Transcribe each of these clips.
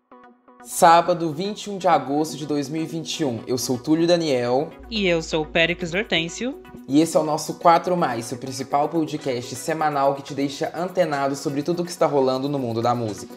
Sábado, 21 de agosto de 2021. Eu sou Túlio Daniel. E eu sou o Péricles Hortêncio. E esse é o nosso 4+, seu principal podcast semanal que te deixa antenado sobre tudo o que está rolando no mundo da música.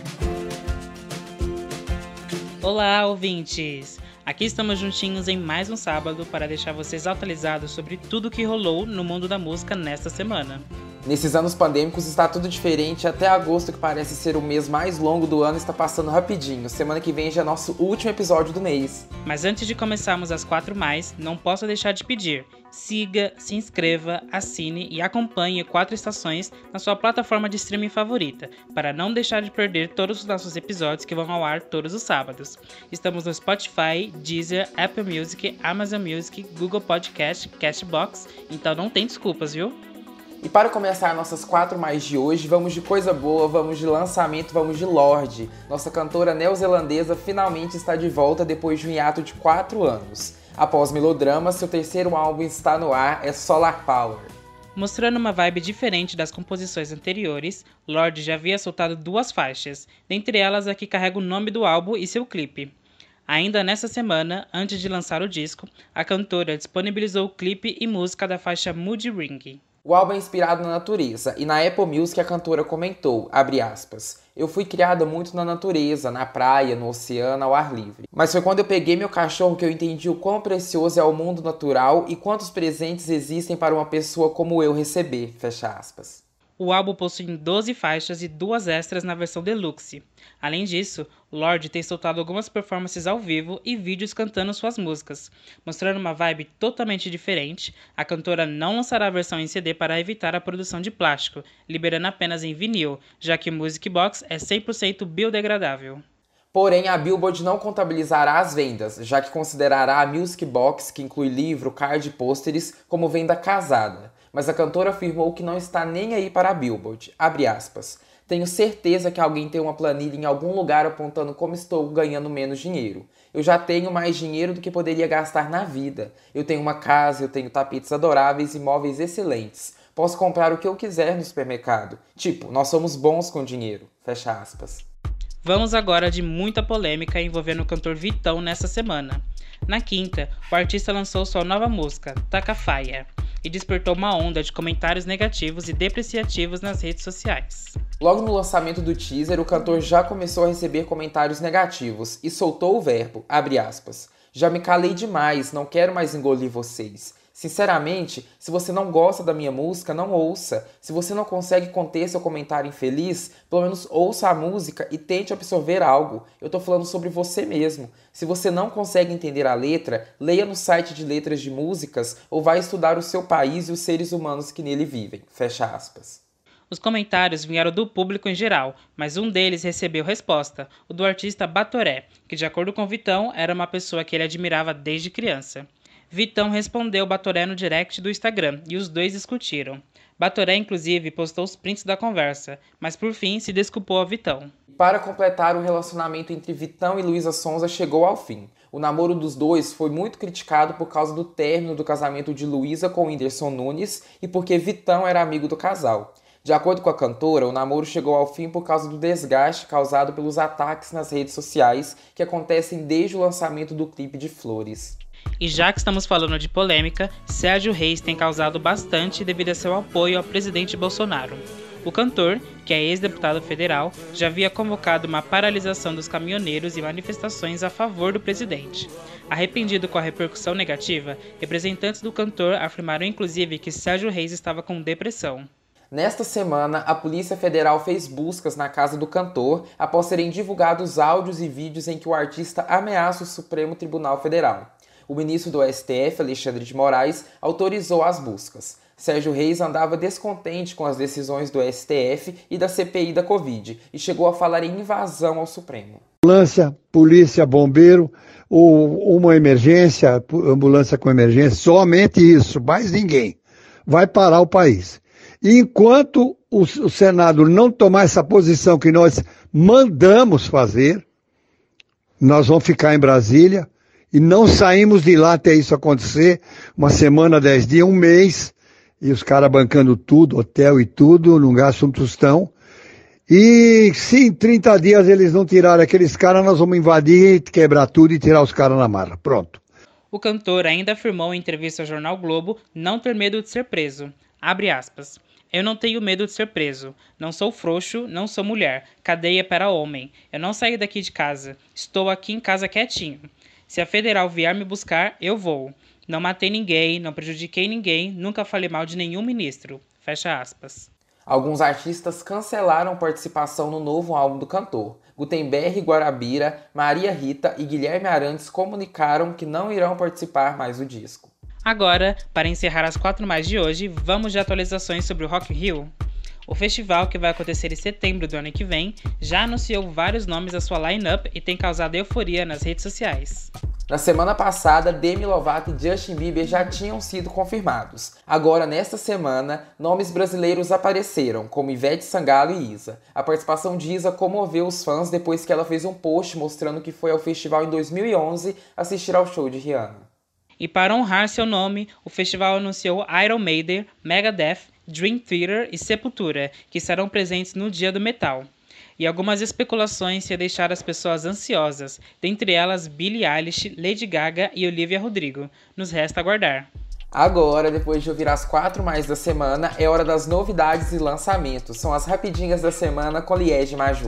Olá, ouvintes! Aqui estamos juntinhos em mais um sábado para deixar vocês atualizados sobre tudo o que rolou no mundo da música nesta semana. Nesses anos pandêmicos está tudo diferente, até agosto, que parece ser o mês mais longo do ano, está passando rapidinho. Semana que vem já é nosso último episódio do mês. Mas antes de começarmos as 4+, não posso deixar de pedir: siga, se inscreva, assine e acompanhe 4 Estações na sua plataforma de streaming favorita, para não deixar de perder todos os nossos episódios que vão ao ar todos os sábados. Estamos no Spotify, Deezer, Apple Music, Amazon Music, Google Podcast, Castbox, então não tem desculpas, viu? E para começar nossas 4+, de hoje, vamos de coisa boa, vamos de lançamento, vamos de Lorde. Nossa cantora neozelandesa finalmente está de volta depois de um hiato de 4 anos. Após Melodrama, seu terceiro álbum está no ar, é Solar Power. Mostrando uma vibe diferente das composições anteriores, Lorde já havia soltado 2 faixas, dentre elas a que carrega o nome do álbum e seu clipe. Ainda nessa semana, antes de lançar o disco, a cantora disponibilizou o clipe e música da faixa Moody Ring. O álbum é inspirado na natureza, e na Apple Music a cantora comentou, abre aspas, eu fui criada muito na natureza, na praia, no oceano, ao ar livre. Mas foi quando eu peguei meu cachorro que eu entendi o quão precioso é o mundo natural e quantos presentes existem para uma pessoa como eu receber, fecha aspas. O álbum possui 12 faixas e 2 extras na versão deluxe. Além disso, Lorde tem soltado algumas performances ao vivo e vídeos cantando suas músicas. Mostrando uma vibe totalmente diferente, a cantora não lançará a versão em CD para evitar a produção de plástico, liberando apenas em vinil, já que o Music Box é 100% biodegradável. Porém, a Billboard não contabilizará as vendas, já que considerará a Music Box, que inclui livro, card e pôsteres, como venda casada. Mas a cantora afirmou que não está nem aí para a Billboard. Abre aspas. Tenho certeza que alguém tem uma planilha em algum lugar apontando como estou ganhando menos dinheiro. Eu já tenho mais dinheiro do que poderia gastar na vida. Eu tenho uma casa, eu tenho tapetes adoráveis e móveis excelentes. Posso comprar o que eu quiser no supermercado. Tipo, nós somos bons com dinheiro. Fecha aspas. Vamos agora de muita polêmica envolvendo o cantor Vitão nessa semana. Na quinta, o artista lançou sua nova música, Taca Faia, e despertou uma onda de comentários negativos e depreciativos nas redes sociais. Logo no lançamento do teaser, o cantor já começou a receber comentários negativos e soltou o verbo, abre aspas, já me calei demais, não quero mais engolir vocês. Sinceramente, se você não gosta da minha música, não ouça. Se você não consegue conter seu comentário infeliz, pelo menos ouça a música e tente absorver algo. Eu tô falando sobre você mesmo. Se você não consegue entender a letra, leia no site de letras de músicas ou vá estudar o seu país e os seres humanos que nele vivem. Fecha aspas. Os comentários vieram do público em geral, mas um deles recebeu resposta, o do artista Batoré, que de acordo com Vitão, era uma pessoa que ele admirava desde criança. Vitão respondeu Batoré no direct do Instagram e os dois discutiram. Batoré, inclusive, postou os prints da conversa, mas por fim se desculpou a Vitão. Para completar, o relacionamento entre Vitão e Luísa Sonza chegou ao fim. O namoro dos dois foi muito criticado por causa do término do casamento de Luísa com Whindersson Nunes e porque Vitão era amigo do casal. De acordo com a cantora, o namoro chegou ao fim por causa do desgaste causado pelos ataques nas redes sociais que acontecem desde o lançamento do clipe de Flores. E já que estamos falando de polêmica, Sérgio Reis tem causado bastante devido a seu apoio ao presidente Bolsonaro. O cantor, que é ex-deputado federal, já havia convocado uma paralisação dos caminhoneiros e manifestações a favor do presidente. Arrependido com a repercussão negativa, representantes do cantor afirmaram inclusive que Sérgio Reis estava com depressão. Nesta semana, a Polícia Federal fez buscas na casa do cantor após serem divulgados áudios e vídeos em que o artista ameaça o Supremo Tribunal Federal. O ministro do STF, Alexandre de Moraes, autorizou as buscas. Sérgio Reis andava descontente com as decisões do STF e da CPI da Covid e chegou a falar em invasão ao Supremo. Ambulância, polícia, bombeiro, ou uma emergência, ambulância com emergência, somente isso, mais ninguém. Vai parar o país. E enquanto o Senado não tomar essa posição que nós mandamos fazer, nós vamos ficar em Brasília e não saímos de lá até isso acontecer, 1 semana, 10 dias, 1 mês, e os caras bancando tudo, hotel e tudo, não gastam um tostão, E se em 30 dias eles não tirarem aqueles caras, nós vamos invadir, quebrar tudo e tirar os caras na marra. Pronto. O cantor ainda afirmou em entrevista ao Jornal Globo não ter medo de ser preso. Abre aspas. Eu não tenho medo de ser preso. Não sou frouxo, não sou mulher. Cadeia para homem. Eu não saí daqui de casa. Estou aqui em casa quietinho. Se a federal vier me buscar, eu vou. Não matei ninguém, não prejudiquei ninguém, nunca falei mal de nenhum ministro. Fecha aspas. Alguns artistas cancelaram participação no novo álbum do cantor. Gutenberg Guarabira, Maria Rita e Guilherme Arantes comunicaram que não irão participar mais do disco. Agora, para encerrar as 4 mais de hoje, vamos de atualizações sobre o Rock in Rio. O festival, que vai acontecer em setembro do ano que vem, já anunciou vários nomes da sua line-up e tem causado euforia nas redes sociais. Na semana passada, Demi Lovato e Justin Bieber já tinham sido confirmados. Agora, nesta semana, nomes brasileiros apareceram, como Ivete Sangalo e Isa. A participação de Isa comoveu os fãs depois que ela fez um post mostrando que foi ao festival em 2011 assistir ao show de Rihanna. E para honrar seu nome, o festival anunciou Iron Maiden, Megadeth, Dream Theater e Sepultura, que estarão presentes no Dia do Metal. E algumas especulações se deixaram as pessoas ansiosas, dentre elas Billie Eilish, Lady Gaga e Olivia Rodrigo. Nos resta aguardar. Agora, depois de ouvir as 4 mais da semana, é hora das novidades e lançamentos. São as rapidinhas da semana com Liege Maju.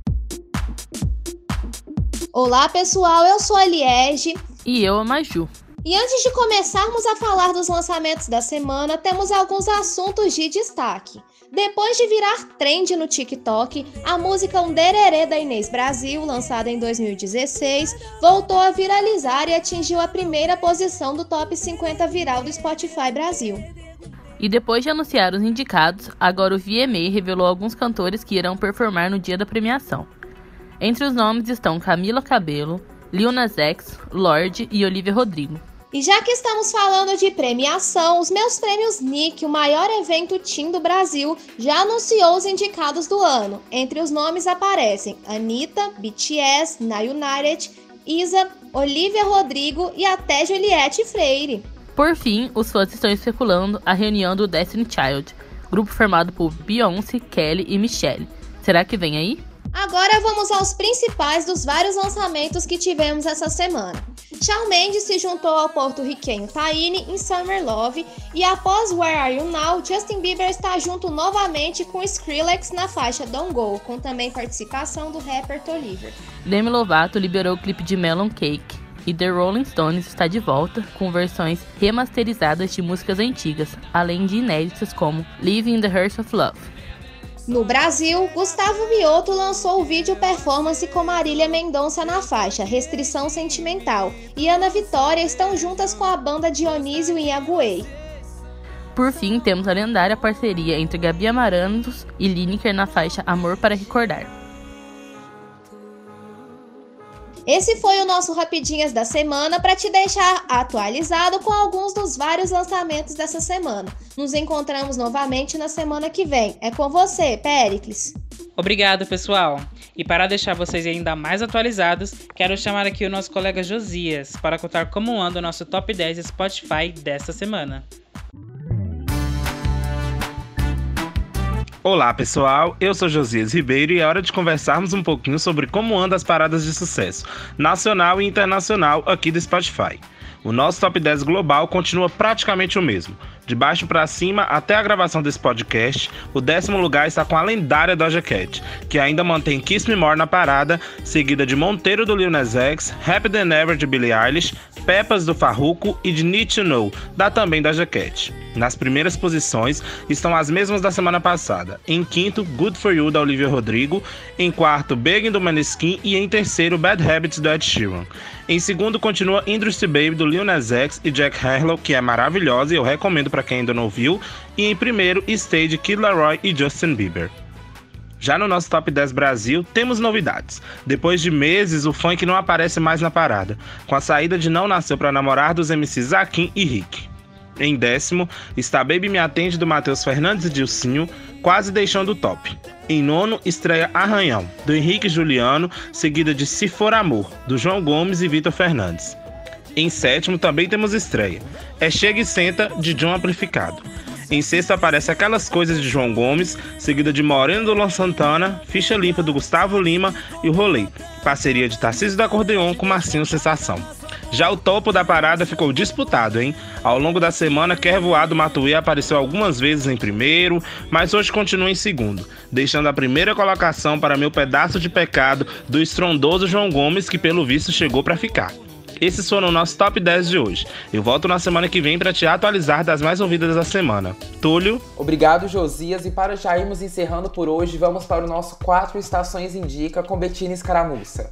Olá pessoal, eu sou a Liege. E eu a Maju. E antes de começarmos a falar dos lançamentos da semana, temos alguns assuntos de destaque. Depois de virar trend no TikTok, a música Um Dererê da Inês Brasil, lançada em 2016, voltou a viralizar e atingiu a primeira posição do Top 50 viral do Spotify Brasil. E depois de anunciar os indicados, agora o VMA revelou alguns cantores que irão performar no dia da premiação. Entre os nomes estão Camila Cabello, Lil Nas X, Lorde e Olivia Rodrigo. E já que estamos falando de premiação, os Meus Prêmios Nick, o maior evento teen do Brasil, já anunciou os indicados do ano. Entre os nomes aparecem Anitta, BTS, Na United, Isa, Olivia Rodrigo e até Juliette Freire. Por fim, os fãs estão especulando a reunião do Destiny Child, grupo formado por Beyoncé, Kelly e Michelle. Será que vem aí? Agora vamos aos principais dos vários lançamentos que tivemos essa semana. Shawn Mendes se juntou ao porto-riquenho Tainy em Summer Love e após Where Are You Now, Justin Bieber está junto novamente com Skrillex na faixa Don't Go, com também participação do rapper Toliver. Demi Lovato liberou o clipe de Melon Cake e The Rolling Stones está de volta com versões remasterizadas de músicas antigas, além de inéditas como Live in the Heart of Love. No Brasil, Gustavo Mioto lançou o vídeo performance com Marília Mendonça na faixa Restrição Sentimental e Ana Vitória estão juntas com a banda Dionísio e Inhaguei. Por fim, temos a lendária parceria entre Gabi Amarantos e Lineker na faixa Amor para Recordar. Esse foi o nosso Rapidinhas da semana para te deixar atualizado com alguns dos vários lançamentos dessa semana. Nos encontramos novamente na semana que vem. É com você, Péricles. Obrigado, pessoal! E para deixar vocês ainda mais atualizados, quero chamar aqui o nosso colega Josias para contar como anda o nosso Top 10 Spotify desta semana. Olá pessoal, eu sou Josias Ribeiro e é hora de conversarmos um pouquinho sobre como andam as paradas de sucesso nacional e internacional aqui do Spotify. O nosso Top 10 global continua praticamente o mesmo. De baixo para cima, até a gravação desse podcast, o 10º lugar está com a lendária Doja Cat, que ainda mantém Kiss Me More na parada, seguida de Monteiro do Lil Nas X, Happy Than Ever de Billie Eilish, Pepas do Farruko e de Need to Know, da também Doja Cat. Nas primeiras posições estão as mesmas da semana passada. Em quinto, Good For You da Olivia Rodrigo, em quarto, Begging do Maneskin e em terceiro, Bad Habits do Ed Sheeran. Em segundo, continua Industry Baby do Lil Nas X e Jack Harlow, que é maravilhosa e eu recomendo para quem ainda não ouviu. E em primeiro, Stay de Kid Laroi e Justin Bieber. Já no nosso Top 10 Brasil, temos novidades. Depois de meses, o funk não aparece mais na parada, com a saída de Não Nasceu Pra Namorar dos MCs Zaquim e Rick. Em décimo, está Baby Me Atende do Matheus Fernandes e Dilcinho, quase deixando o top. Em nono, estreia Arranhão, do Henrique Juliano, seguida de Se For Amor, do João Gomes e Vitor Fernandes. Em sétimo, também temos estreia. É Chega e Senta, de John Amplificado. Em sexto aparece Aquelas Coisas de João Gomes, seguida de Morena do Luan Santana, Ficha Limpa do Gustavo Lima e O Rolê, parceria de Tarcísio do Acordeon com Marcinho Sensação. Já o topo da parada ficou disputado, hein? Ao longo da semana, Quer Voar do Matuê apareceu algumas vezes em primeiro, mas hoje continua em segundo, deixando a primeira colocação para Meu Pedaço de Pecado do estrondoso João Gomes, que pelo visto chegou para ficar. Esses foram o nosso Top 10 de hoje. Eu volto na semana que vem para te atualizar das mais ouvidas da semana. Túlio? Obrigado, Josias. E para já irmos encerrando por hoje, vamos para o nosso 4 Estações Indica com Betina Escaramuça.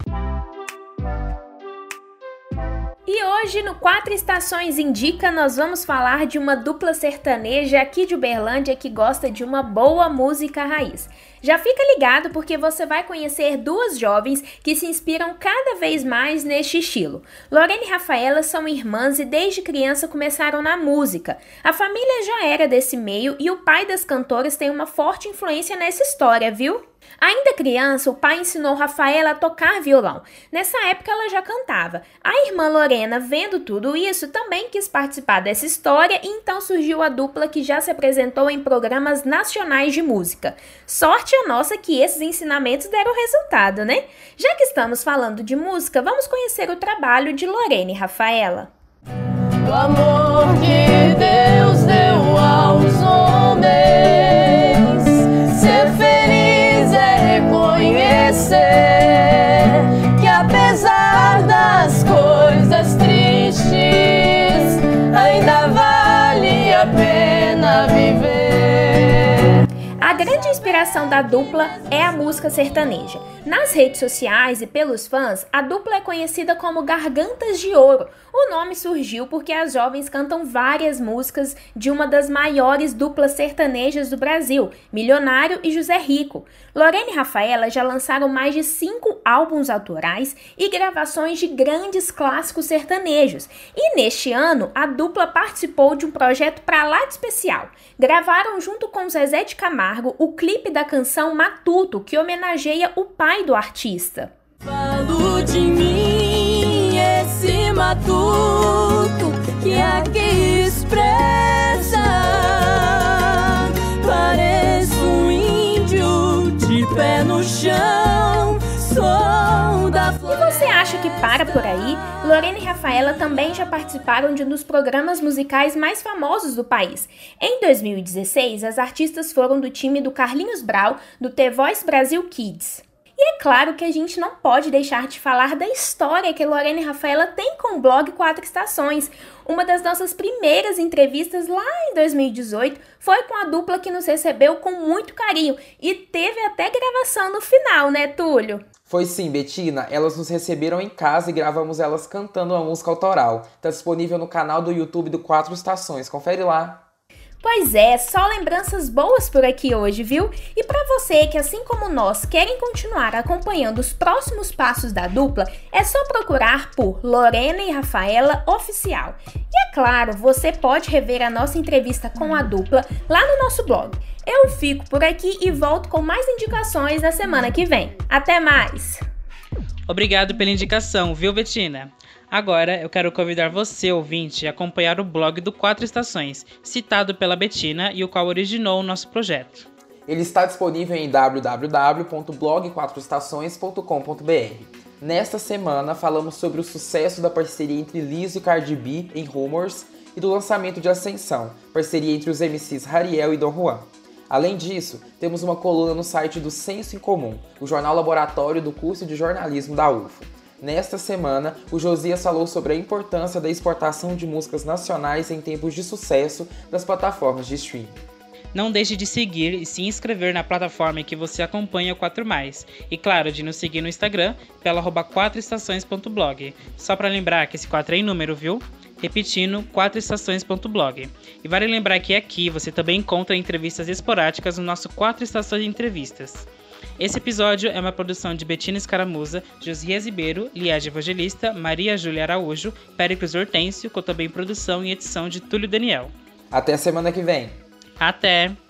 E hoje no 4 Estações Indica nós vamos falar de uma dupla sertaneja aqui de Uberlândia que gosta de uma boa música raiz. Já fica ligado porque você vai conhecer duas jovens que se inspiram cada vez mais neste estilo. Lorena e Rafaela são irmãs e desde criança começaram na música. A família já era desse meio e o pai das cantoras tem uma forte influência nessa história, viu? Ainda criança, o pai ensinou Rafaela a tocar violão. Nessa época ela já cantava. A irmã Lorena, vendo tudo isso, também quis participar dessa história e então surgiu a dupla que já se apresentou em programas nacionais de música. Sorte a nossa que esses ensinamentos deram resultado, né? Já que estamos falando de música, vamos conhecer o trabalho de Lorena e Rafaela. O amor que Deus deu aos homens, ser feliz é reconhecer que apesar das coisas tristes, ainda vale a pena viver. A grande inspiração da dupla é a música sertaneja. Nas redes sociais e pelos fãs, a dupla é conhecida como Gargantas de Ouro. O nome surgiu porque as jovens cantam várias músicas de uma das maiores duplas sertanejas do Brasil, Milionário e José Rico. Lorena e Rafaela já lançaram mais de 5 álbuns autorais e gravações de grandes clássicos sertanejos. E neste ano, a dupla participou de um projeto pra lá de especial. Gravaram junto com Zezé de Camargo o clipe da canção Matuto, que homenageia o pai do artista. Falo de mim, esse matuto que aqui expressa. Pareço um índio de pé no chão, sou da flor. E você acha que para por aí? Lorena e Rafaela também já participaram de um dos programas musicais mais famosos do país. Em 2016, as artistas foram do time do Carlinhos Brau, do The Voice Brasil Kids. E é claro que a gente não pode deixar de falar da história que Lorena e Rafaela têm com o blog 4 Estações. Uma das nossas primeiras entrevistas lá em 2018 foi com a dupla que nos recebeu com muito carinho e teve até gravação no final, né, Túlio? Foi sim, Betina. Elas nos receberam em casa e gravamos elas cantando uma música autoral. Está disponível no canal do YouTube do 4 Estações. Confere lá. Pois é, só lembranças boas por aqui hoje, viu? E para você que, assim como nós, querem continuar acompanhando os próximos passos da dupla, é só procurar por Lorena e Rafaela Oficial. E é claro, você pode rever a nossa entrevista com a dupla lá no nosso blog. Eu fico por aqui e volto com mais indicações na semana que vem. Até mais! Obrigado pela indicação, viu, Betina? Agora eu quero convidar você, ouvinte, a acompanhar o blog do 4 Estações, citado pela Betina e o qual originou o nosso projeto. Ele está disponível em www.blog4estações.com.br. Nesta semana falamos sobre o sucesso da parceria entre Lizzo e Cardi B em Rumors e do lançamento de Ascensão, parceria entre os MCs Rariel e Dom Juan. Além disso, temos uma coluna no site do Senso em Comum, o jornal laboratório do curso de jornalismo da UFO. Nesta semana, o Josias falou sobre a importância da exportação de músicas nacionais em tempos de sucesso das plataformas de streaming. Não deixe de seguir e se inscrever na plataforma em que você acompanha o 4+. E claro, de nos seguir no Instagram pela @4estações.blog. Só para lembrar que esse 4 é em número, viu? Repetindo, 4estações.blog. E vale lembrar que aqui você também encontra entrevistas esporádicas no nosso 4 Estações de Entrevistas. Esse episódio é uma produção de Betina Escaramuza, Josias Ribeiro, Liege Evangelista, Maria Júlia Araújo, Péricles Hortêncio, com também produção e edição de Túlio Daniel. Até a semana que vem. Até!